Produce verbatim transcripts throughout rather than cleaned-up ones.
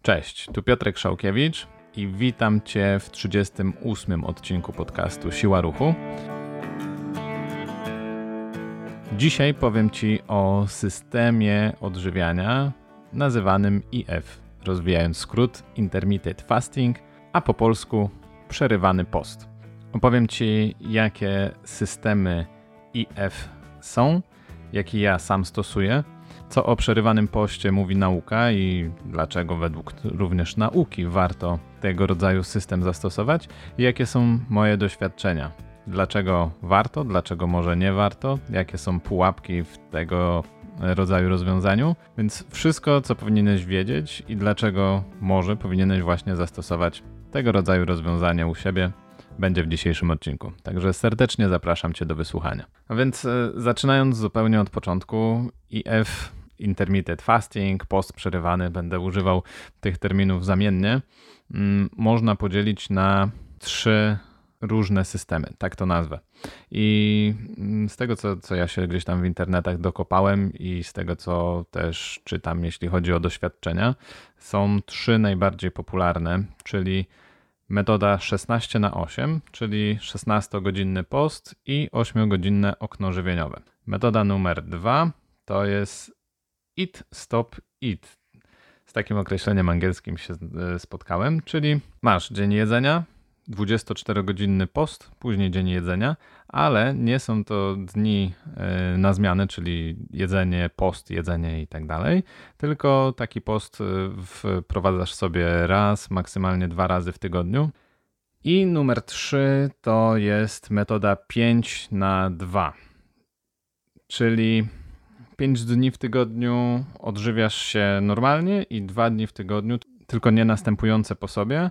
Cześć, tu Piotrek Szałkiewicz i witam Cię w trzydziestym ósmym odcinku podcastu Siła Ruchu. Dzisiaj powiem Ci o systemie odżywiania nazywanym I F, rozwijając skrót Intermittent Fasting, a po polsku przerywany post. Opowiem Ci, jakie systemy I F są, jakie ja sam stosuję, co o przerywanym poście mówi nauka i dlaczego według również nauki warto tego rodzaju system zastosować i jakie są moje doświadczenia. Dlaczego warto, dlaczego może nie warto, jakie są pułapki w tego rodzaju rozwiązaniu. Więc wszystko, co powinieneś wiedzieć i dlaczego może powinieneś właśnie zastosować tego rodzaju rozwiązanie u siebie, będzie w dzisiejszym odcinku. Także serdecznie zapraszam Cię do wysłuchania. A więc e, zaczynając zupełnie od początku, I F, Intermittent Fasting, post przerywany, będę używał tych terminów zamiennie, mm, można podzielić na trzy różne systemy, tak to nazwę. I z tego, co, co ja się gdzieś tam w internetach dokopałem i z tego, co też czytam, jeśli chodzi o doświadczenia, są trzy najbardziej popularne, czyli metoda szesnaście na osiem, czyli szesnastogodzinny post i ośmiogodzinne okno żywieniowe. Metoda numer dwa to jest Eat, Stop, Eat. Z takim określeniem angielskim się spotkałem, czyli masz dzień jedzenia, dwudziestoczterogodzinny post, później dzień jedzenia, ale nie są to dni na zmianę, czyli jedzenie, post, jedzenie i tak dalej, tylko taki post wprowadzasz sobie raz, maksymalnie dwa razy w tygodniu. I numer trzy to jest metoda pięć na dwa, czyli pięć dni w tygodniu odżywiasz się normalnie i dwa dni w tygodniu, tylko nie następujące po sobie,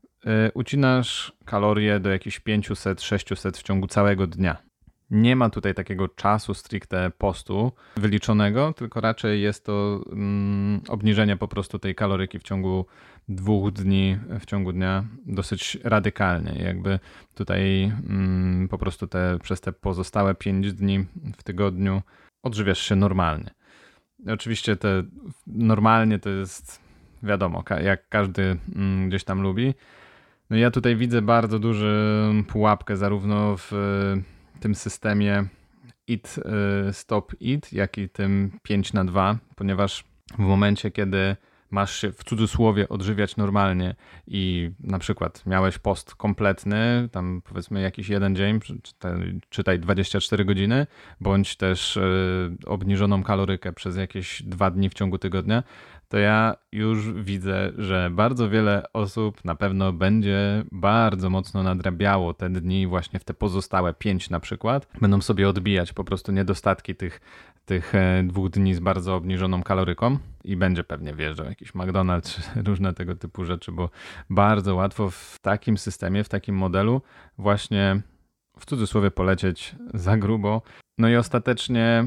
ucinasz kalorie do jakichś pięćset sześćset w ciągu całego dnia. Nie ma tutaj takiego czasu stricte postu wyliczonego, tylko raczej jest to mm, obniżenie po prostu tej kaloryki w ciągu dwóch dni, w ciągu dnia dosyć radykalnie. Jakby tutaj mm, po prostu te, przez te pozostałe pięć dni w tygodniu odżywiasz się normalnie. Oczywiście te normalnie to jest wiadomo, jak każdy mm, gdzieś tam lubi. No ja tutaj widzę bardzo dużą pułapkę zarówno w tym systemie Eat, Stop, Eat, jak i tym pięć na dwa, ponieważ w momencie, kiedy masz się w cudzysłowie odżywiać normalnie i na przykład miałeś post kompletny, tam powiedzmy jakiś jeden dzień, czytaj dwadzieścia cztery godziny, bądź też obniżoną kalorykę przez jakieś dwa dni w ciągu tygodnia, to ja już widzę, że bardzo wiele osób na pewno będzie bardzo mocno nadrabiało te dni, właśnie w te pozostałe pięć na przykład. Będą sobie odbijać po prostu niedostatki tych, tych dwóch dni z bardzo obniżoną kaloryką i będzie pewnie wjeżdżał jakiś McDonald's czy różne tego typu rzeczy, bo bardzo łatwo w takim systemie, w takim modelu właśnie w cudzysłowie polecieć za grubo. No i ostatecznie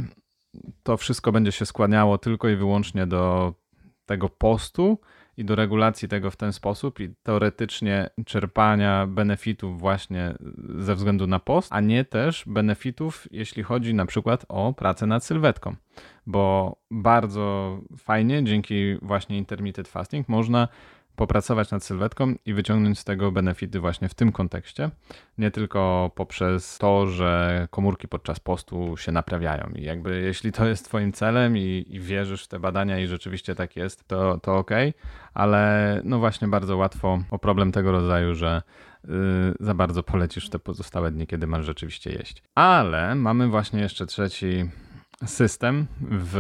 to wszystko będzie się skłaniało tylko i wyłącznie do tego postu i do regulacji tego w ten sposób i teoretycznie czerpania benefitów właśnie ze względu na post, a nie też benefitów, jeśli chodzi na przykład o pracę nad sylwetką, bo bardzo fajnie dzięki właśnie intermittent fasting można popracować nad sylwetką i wyciągnąć z tego benefity właśnie w tym kontekście, nie tylko poprzez to, że komórki podczas postu się naprawiają i jakby jeśli to jest twoim celem i, i wierzysz w te badania i rzeczywiście tak jest, to, to okej, okay. Ale no właśnie bardzo łatwo o problem tego rodzaju, że yy, za bardzo polecisz te pozostałe dni, kiedy masz rzeczywiście jeść. Ale mamy właśnie jeszcze trzeci system w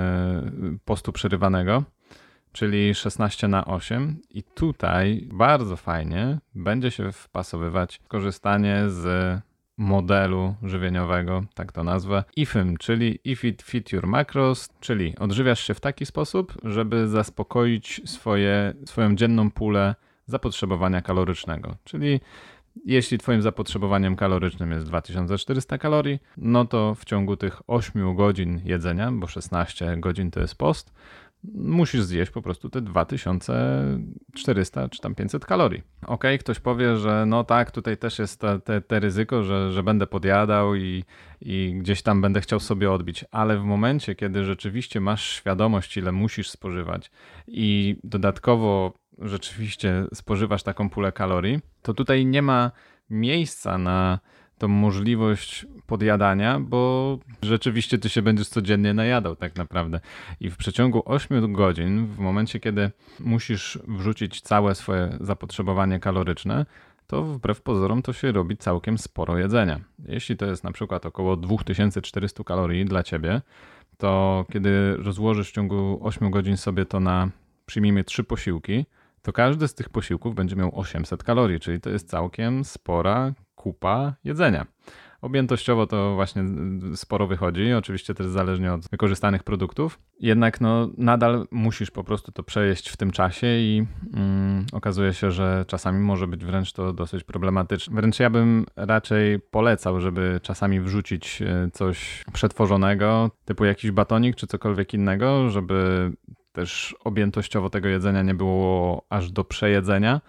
postu przerywanego, czyli szesnaście na osiem i tutaj bardzo fajnie będzie się wpasowywać korzystanie z modelu żywieniowego, tak to nazwę, I F M, czyli If It Fit Your Macros, czyli odżywiasz się w taki sposób, żeby zaspokoić swoje, swoją dzienną pulę zapotrzebowania kalorycznego, czyli jeśli twoim zapotrzebowaniem kalorycznym jest dwa tysiące czterysta kalorii, no to w ciągu tych ośmiu godzin jedzenia, bo szesnaście godzin to jest post, musisz zjeść po prostu te dwa tysiące czterysta czy tam pięćset kalorii. Okej, okay, ktoś powie, że no tak, tutaj też jest te, te, te ryzyko, że, że będę podjadał i, i gdzieś tam będę chciał sobie odbić, ale w momencie, kiedy rzeczywiście masz świadomość, ile musisz spożywać i dodatkowo rzeczywiście spożywasz taką pulę kalorii, to tutaj nie ma miejsca na tą możliwość podjadania, bo rzeczywiście ty się będziesz codziennie najadał tak naprawdę. I w przeciągu ośmiu godzin, w momencie kiedy musisz wrzucić całe swoje zapotrzebowanie kaloryczne, to wbrew pozorom to się robi całkiem sporo jedzenia. Jeśli to jest na przykład około dwa tysiące czterysta kalorii dla ciebie, to kiedy rozłożysz w ciągu ośmiu godzin sobie to na, przyjmijmy, trzy posiłki, to każdy z tych posiłków będzie miał osiemset kalorii, czyli to jest całkiem spora kupa jedzenia. Objętościowo to właśnie sporo wychodzi, oczywiście też zależnie od wykorzystanych produktów, jednak no nadal musisz po prostu to przejeść w tym czasie i mm, okazuje się, że czasami może być wręcz to dosyć problematyczne. Wręcz ja bym raczej polecał, żeby czasami wrzucić coś przetworzonego, typu jakiś batonik czy cokolwiek innego, żeby też objętościowo tego jedzenia nie było aż do przejedzenia,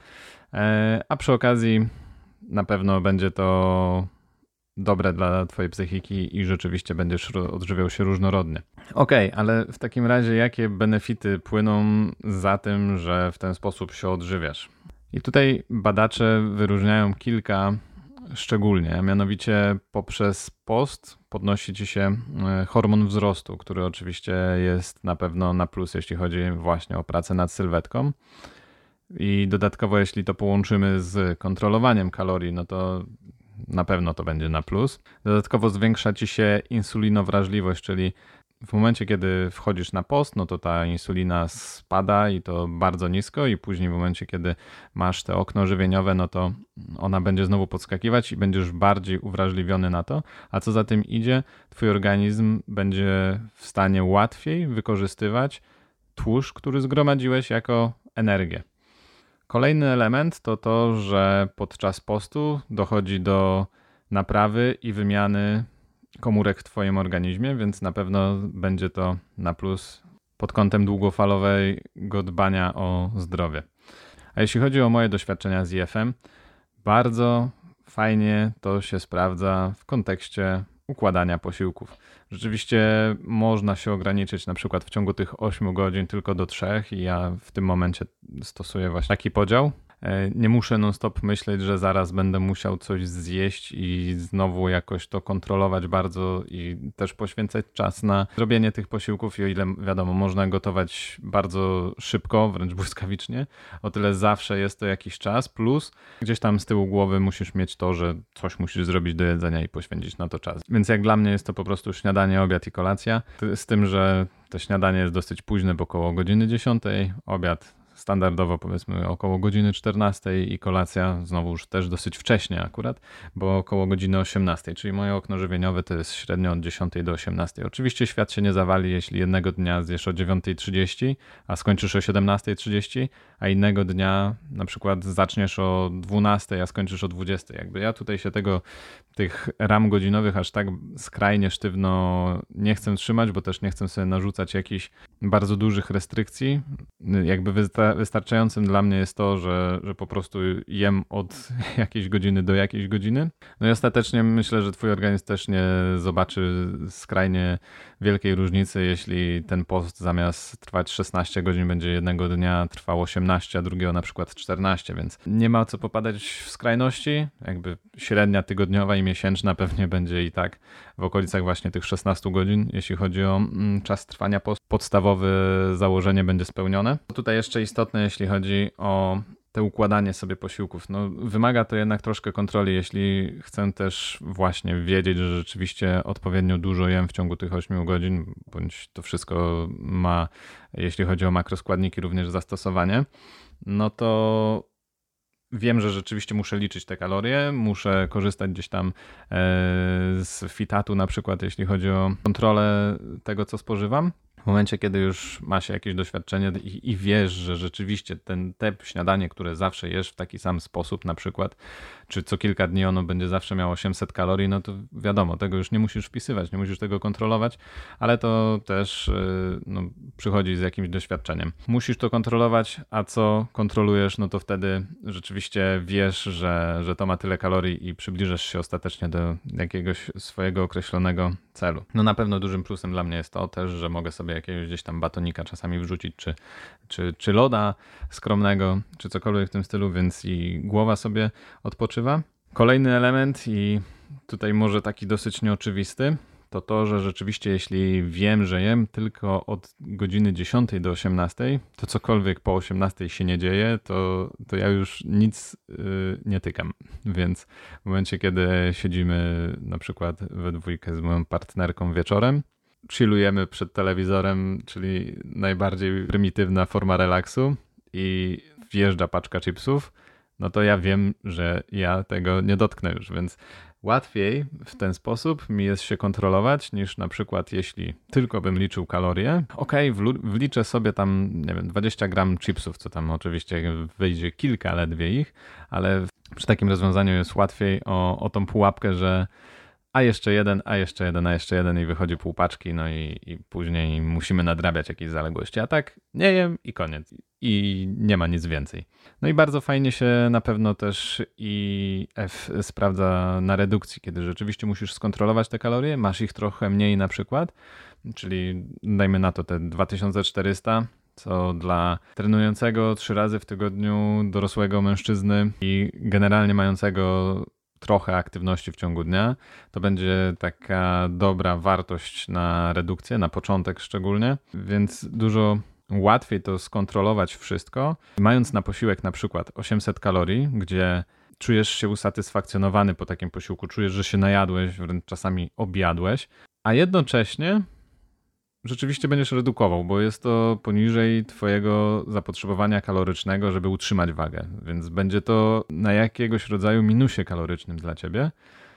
a przy okazji na pewno będzie to dobre dla twojej psychiki i rzeczywiście będziesz odżywiał się różnorodnie. Okej, okay, ale w takim razie jakie benefity płyną za tym, że w ten sposób się odżywiasz? I tutaj badacze wyróżniają kilka szczególnie, a mianowicie poprzez post podnosi ci się hormon wzrostu, który oczywiście jest na pewno na plus, jeśli chodzi właśnie o pracę nad sylwetką. I dodatkowo, jeśli to połączymy z kontrolowaniem kalorii, no to na pewno to będzie na plus. Dodatkowo zwiększa ci się insulinowrażliwość, czyli w momencie, kiedy wchodzisz na post, no to ta insulina spada i to bardzo nisko i później w momencie, kiedy masz te okno żywieniowe, no to ona będzie znowu podskakiwać i będziesz bardziej uwrażliwiony na to, a co za tym idzie, twój organizm będzie w stanie łatwiej wykorzystywać tłuszcz, który zgromadziłeś jako energię. Kolejny element to to, że podczas postu dochodzi do naprawy i wymiany komórek w twoim organizmie, więc na pewno będzie to na plus pod kątem długofalowego dbania o zdrowie. A jeśli chodzi o moje doświadczenia z I F-em, bardzo fajnie to się sprawdza w kontekście układania posiłków. Rzeczywiście można się ograniczyć na przykład w ciągu tych ośmiu godzin tylko do trzech i ja w tym momencie stosuję właśnie taki podział. Nie muszę non-stop myśleć, że zaraz będę musiał coś zjeść i znowu jakoś to kontrolować bardzo i też poświęcać czas na zrobienie tych posiłków i o ile wiadomo, można gotować bardzo szybko, wręcz błyskawicznie, o tyle zawsze jest to jakiś czas, plus gdzieś tam z tyłu głowy musisz mieć to, że coś musisz zrobić do jedzenia i poświęcić na to czas. Więc jak dla mnie jest to po prostu śniadanie, obiad i kolacja, z tym, że to śniadanie jest dosyć późne, bo około godziny dziesiątej, obiad standardowo powiedzmy około godziny czternastej i kolacja znowu już też dosyć wcześnie akurat, bo około godziny osiemnastej, czyli moje okno żywieniowe to jest średnio od dziesiątej do osiemnastej. Oczywiście świat się nie zawali, jeśli jednego dnia zjesz o dziewiątej trzydzieści, a skończysz o siedemnastej trzydzieści, a innego dnia na przykład zaczniesz o dwunastej, a skończysz o dwudziestej. Jakby ja tutaj się tego, tych ram godzinowych aż tak skrajnie sztywno nie chcę trzymać, bo też nie chcę sobie narzucać jakichś bardzo dużych restrykcji. Jakby wystarczającym dla mnie jest to, że, że po prostu jem od jakiejś godziny do jakiejś godziny. No i ostatecznie myślę, że twój organizm też nie zobaczy skrajnie wielkiej różnicy, jeśli ten post zamiast trwać szesnaście godzin będzie jednego dnia trwał osiemnaście, a drugiego na przykład czternaście, więc nie ma co popadać w skrajności. Jakby średnia tygodniowa i miesięczna pewnie będzie i tak w okolicach właśnie tych szesnastu godzin, jeśli chodzi o czas trwania postu. Podstawowe założenie będzie spełnione. Tutaj jeszcze istotne, jeśli chodzi o te układanie sobie posiłków. No, wymaga to jednak troszkę kontroli, jeśli chcę też właśnie wiedzieć, że rzeczywiście odpowiednio dużo jem w ciągu tych ośmiu godzin, bądź to wszystko ma, jeśli chodzi o makroskładniki, również zastosowanie, no to wiem, że rzeczywiście muszę liczyć te kalorie, muszę korzystać gdzieś tam z Fitatu na przykład, jeśli chodzi o kontrolę tego, co spożywam. W momencie, kiedy już ma się jakieś doświadczenie i, i wiesz, że rzeczywiście ten te śniadanie, które zawsze jesz w taki sam sposób na przykład, czy co kilka dni ono będzie zawsze miało osiemset kalorii, no to wiadomo, tego już nie musisz wpisywać, nie musisz tego kontrolować, ale to też no, przychodzi z jakimś doświadczeniem. Musisz to kontrolować, a co kontrolujesz, no to wtedy rzeczywiście wiesz, że, że to ma tyle kalorii i przybliżasz się ostatecznie do jakiegoś swojego określonego celu. No na pewno dużym plusem dla mnie jest to też, że mogę sobie jakiegoś gdzieś tam batonika czasami wrzucić, czy, czy, czy loda skromnego, czy cokolwiek w tym stylu, więc i głowa sobie odpoczywa. Kolejny element i tutaj może taki dosyć nieoczywisty, to to, że rzeczywiście jeśli wiem, że jem tylko od godziny dziesiątej do osiemnastej, to cokolwiek po osiemnastej się nie dzieje, to, to ja już nic yy, nie tykam. Więc w momencie, kiedy siedzimy na przykład we dwójkę z moją partnerką wieczorem, chillujemy przed telewizorem, czyli najbardziej prymitywna forma relaksu i wjeżdża paczka chipsów, no to ja wiem, że ja tego nie dotknę już, więc łatwiej w ten sposób mi jest się kontrolować niż na przykład jeśli tylko bym liczył kalorie. Okej, okay, wliczę sobie tam, nie wiem, dwadzieścia gram chipsów, co tam oczywiście wyjdzie kilka ledwie ich, ale przy takim rozwiązaniu jest łatwiej o, o tą pułapkę, że a jeszcze jeden, a jeszcze jeden, a jeszcze jeden i wychodzi pół paczki, no i, i później musimy nadrabiać jakieś zaległości. A tak nie jem i koniec. I nie ma nic więcej. No i bardzo fajnie się na pewno też I F sprawdza na redukcji, kiedy rzeczywiście musisz skontrolować te kalorie, masz ich trochę mniej na przykład, czyli dajmy na to te dwa tysiące czterysta, co dla trenującego trzy razy w tygodniu dorosłego mężczyzny i generalnie mającego trochę aktywności w ciągu dnia, to będzie taka dobra wartość na redukcję, na początek szczególnie, więc dużo łatwiej to skontrolować wszystko, mając na posiłek na przykład osiemset kalorii, gdzie czujesz się usatysfakcjonowany po takim posiłku, czujesz, że się najadłeś, wręcz czasami objadłeś, a jednocześnie rzeczywiście będziesz redukował, bo jest to poniżej twojego zapotrzebowania kalorycznego, żeby utrzymać wagę, więc będzie to na jakiegoś rodzaju minusie kalorycznym dla ciebie,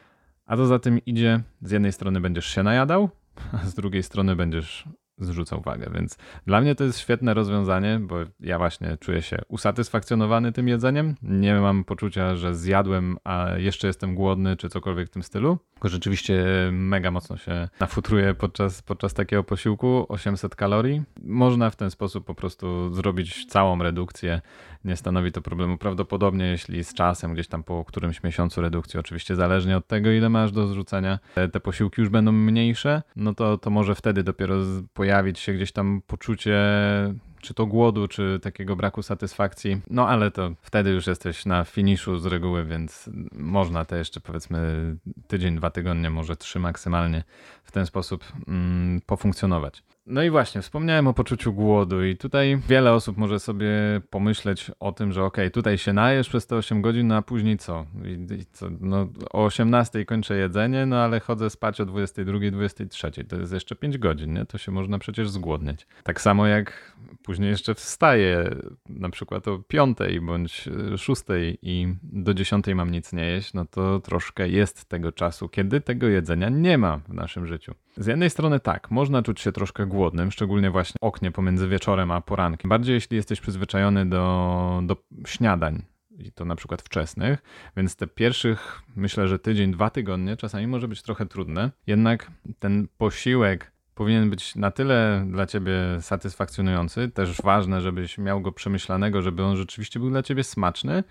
a to za tym idzie, z jednej strony będziesz się najadał, a z drugiej strony będziesz zrzucał wagę, więc dla mnie to jest świetne rozwiązanie, bo ja właśnie czuję się usatysfakcjonowany tym jedzeniem, nie mam poczucia, że zjadłem, a jeszcze jestem głodny, czy cokolwiek w tym stylu, tylko rzeczywiście mega mocno się nafutruję podczas, podczas takiego posiłku, osiemset kalorii. Można w ten sposób po prostu zrobić całą redukcję, nie stanowi to problemu. Prawdopodobnie jeśli z czasem, gdzieś tam po którymś miesiącu redukcji, oczywiście zależnie od tego, ile masz do zrzucenia, te, te posiłki już będą mniejsze, no to, to może wtedy dopiero pojawić się gdzieś tam poczucie czy to głodu, czy takiego braku satysfakcji. No ale to wtedy już jesteś na finiszu z reguły, więc można te jeszcze powiedzmy tydzień, dwa tygodnie, może trzy maksymalnie w ten sposób mm, pofunkcjonować. No i właśnie, wspomniałem o poczuciu głodu i tutaj wiele osób może sobie pomyśleć o tym, że okej, okay, tutaj się najesz przez te osiem godzin, no a później co? I, i co? No, o osiemnastej kończę jedzenie, no ale chodzę spać o dwudziestej drugiej, dwudziestej trzeciej. To jest jeszcze pięć godzin, nie? To się można przecież zgłodnieć. Tak samo jak później jeszcze wstaję na przykład o piątej bądź szóstej i do dziesiątej mam nic nie jeść, no to troszkę jest tego czasu, kiedy tego jedzenia nie ma w naszym życiu. Z jednej strony tak, można czuć się troszkę głodnym, szczególnie właśnie w oknie pomiędzy wieczorem a porankiem. Bardziej jeśli jesteś przyzwyczajony do, do śniadań, i to na przykład wczesnych, więc te pierwszych, myślę, że tydzień, dwa tygodnie czasami może być trochę trudne. Jednak ten posiłek powinien być na tyle dla ciebie satysfakcjonujący, też ważne, żebyś miał go przemyślanego, żeby on rzeczywiście był dla ciebie smaczny,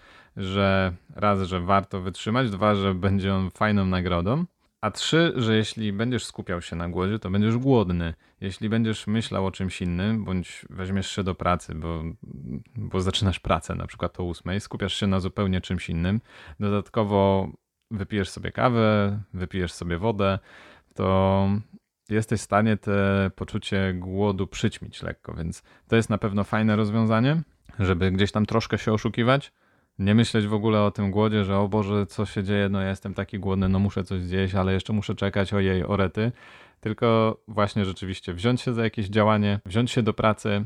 że raz, że warto wytrzymać, dwa, że będzie on fajną nagrodą, a trzy, że jeśli będziesz skupiał się na głodzie, to będziesz głodny. Jeśli będziesz myślał o czymś innym, bądź weźmiesz się do pracy, bo, bo zaczynasz pracę na przykład o ósmej, skupiasz się na zupełnie czymś innym, dodatkowo wypijesz sobie kawę, wypijesz sobie wodę, to jesteś w stanie te poczucie głodu przyćmić lekko, więc to jest na pewno fajne rozwiązanie, żeby gdzieś tam troszkę się oszukiwać. Nie myśleć w ogóle o tym głodzie, że o Boże, co się dzieje, no ja jestem taki głodny, no muszę coś zjeść, ale jeszcze muszę czekać, ojej, orety. Tylko właśnie rzeczywiście wziąć się za jakieś działanie, wziąć się do pracy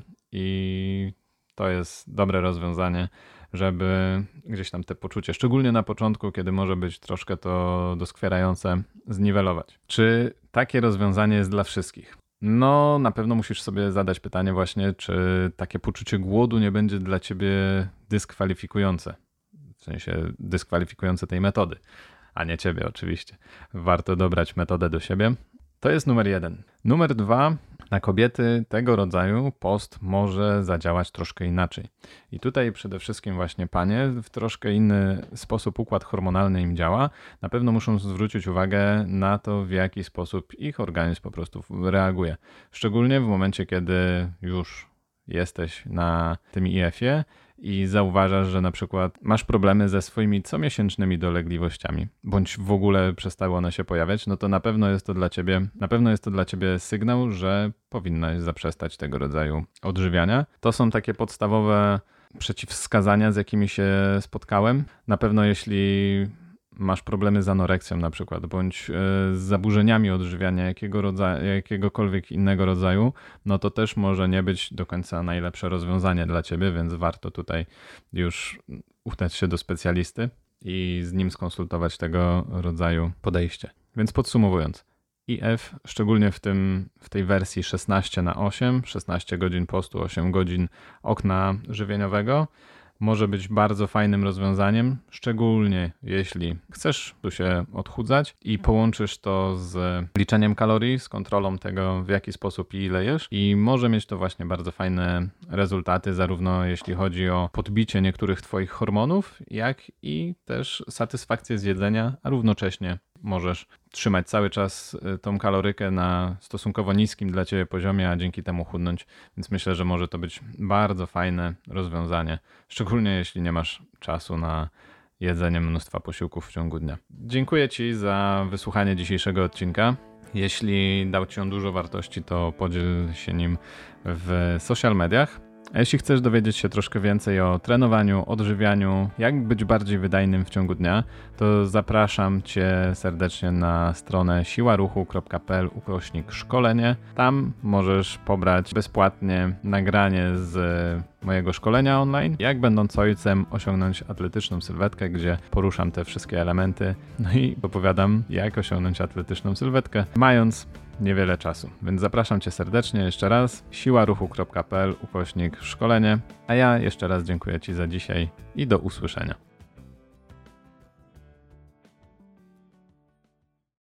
i to jest dobre rozwiązanie, żeby gdzieś tam te poczucie, szczególnie na początku, kiedy może być troszkę to doskwierające, zniwelować. Czy takie rozwiązanie jest dla wszystkich? No, na pewno musisz sobie zadać pytanie właśnie, czy takie poczucie głodu nie będzie dla ciebie dyskwalifikujące. W sensie dyskwalifikujące tej metody, a nie ciebie oczywiście. Warto dobrać metodę do siebie. To jest numer jeden. Numer dwa. Na kobiety tego rodzaju post może zadziałać troszkę inaczej. I tutaj przede wszystkim właśnie panie w troszkę inny sposób układ hormonalny im działa. Na pewno muszą zwrócić uwagę na to, w jaki sposób ich organizm po prostu reaguje. Szczególnie w momencie, kiedy już jesteś na tym I F-ie i zauważasz, że na przykład masz problemy ze swoimi comiesięcznymi dolegliwościami, bądź w ogóle przestały one się pojawiać, no to na pewno jest to dla ciebie, na pewno jest to dla ciebie sygnał, że powinnaś zaprzestać tego rodzaju odżywiania. To są takie podstawowe przeciwwskazania, z jakimi się spotkałem. Na pewno jeśli masz problemy z anoreksją na przykład, bądź z zaburzeniami odżywiania jakiego rodzaju, jakiegokolwiek innego rodzaju, no to też może nie być do końca najlepsze rozwiązanie dla ciebie, więc warto tutaj już udać się do specjalisty i z nim skonsultować tego rodzaju podejście. Więc podsumowując, I F, szczególnie w, tym, w tej wersji szesnaście na osiem, szesnaście godzin postu, osiem godzin okna żywieniowego, może być bardzo fajnym rozwiązaniem, szczególnie jeśli chcesz tu się odchudzać i połączysz to z liczeniem kalorii, z kontrolą tego, w jaki sposób i ile jesz, i może mieć to właśnie bardzo fajne rezultaty, zarówno jeśli chodzi o podbicie niektórych twoich hormonów, jak i też satysfakcję z jedzenia, a równocześnie możesz trzymać cały czas tą kalorykę na stosunkowo niskim dla ciebie poziomie, a dzięki temu chudnąć. Więc myślę, że może to być bardzo fajne rozwiązanie, szczególnie jeśli nie masz czasu na jedzenie mnóstwa posiłków w ciągu dnia. Dziękuję ci za wysłuchanie dzisiejszego odcinka. Jeśli dał ci on dużo wartości, to podziel się nim w social mediach. A jeśli chcesz dowiedzieć się troszkę więcej o trenowaniu, odżywianiu, jak być bardziej wydajnym w ciągu dnia, to zapraszam cię serdecznie na stronę siłaruchu kropka p l ukośnik szkolenie. Tam możesz pobrać bezpłatnie nagranie z mojego szkolenia online, jak będąc ojcem osiągnąć atletyczną sylwetkę, gdzie poruszam te wszystkie elementy, no i opowiadam, jak osiągnąć atletyczną sylwetkę, mając niewiele czasu. Więc zapraszam cię serdecznie jeszcze raz, siłaruchu kropka p l ukośnik szkolenie, a ja jeszcze raz dziękuję ci za dzisiaj i do usłyszenia.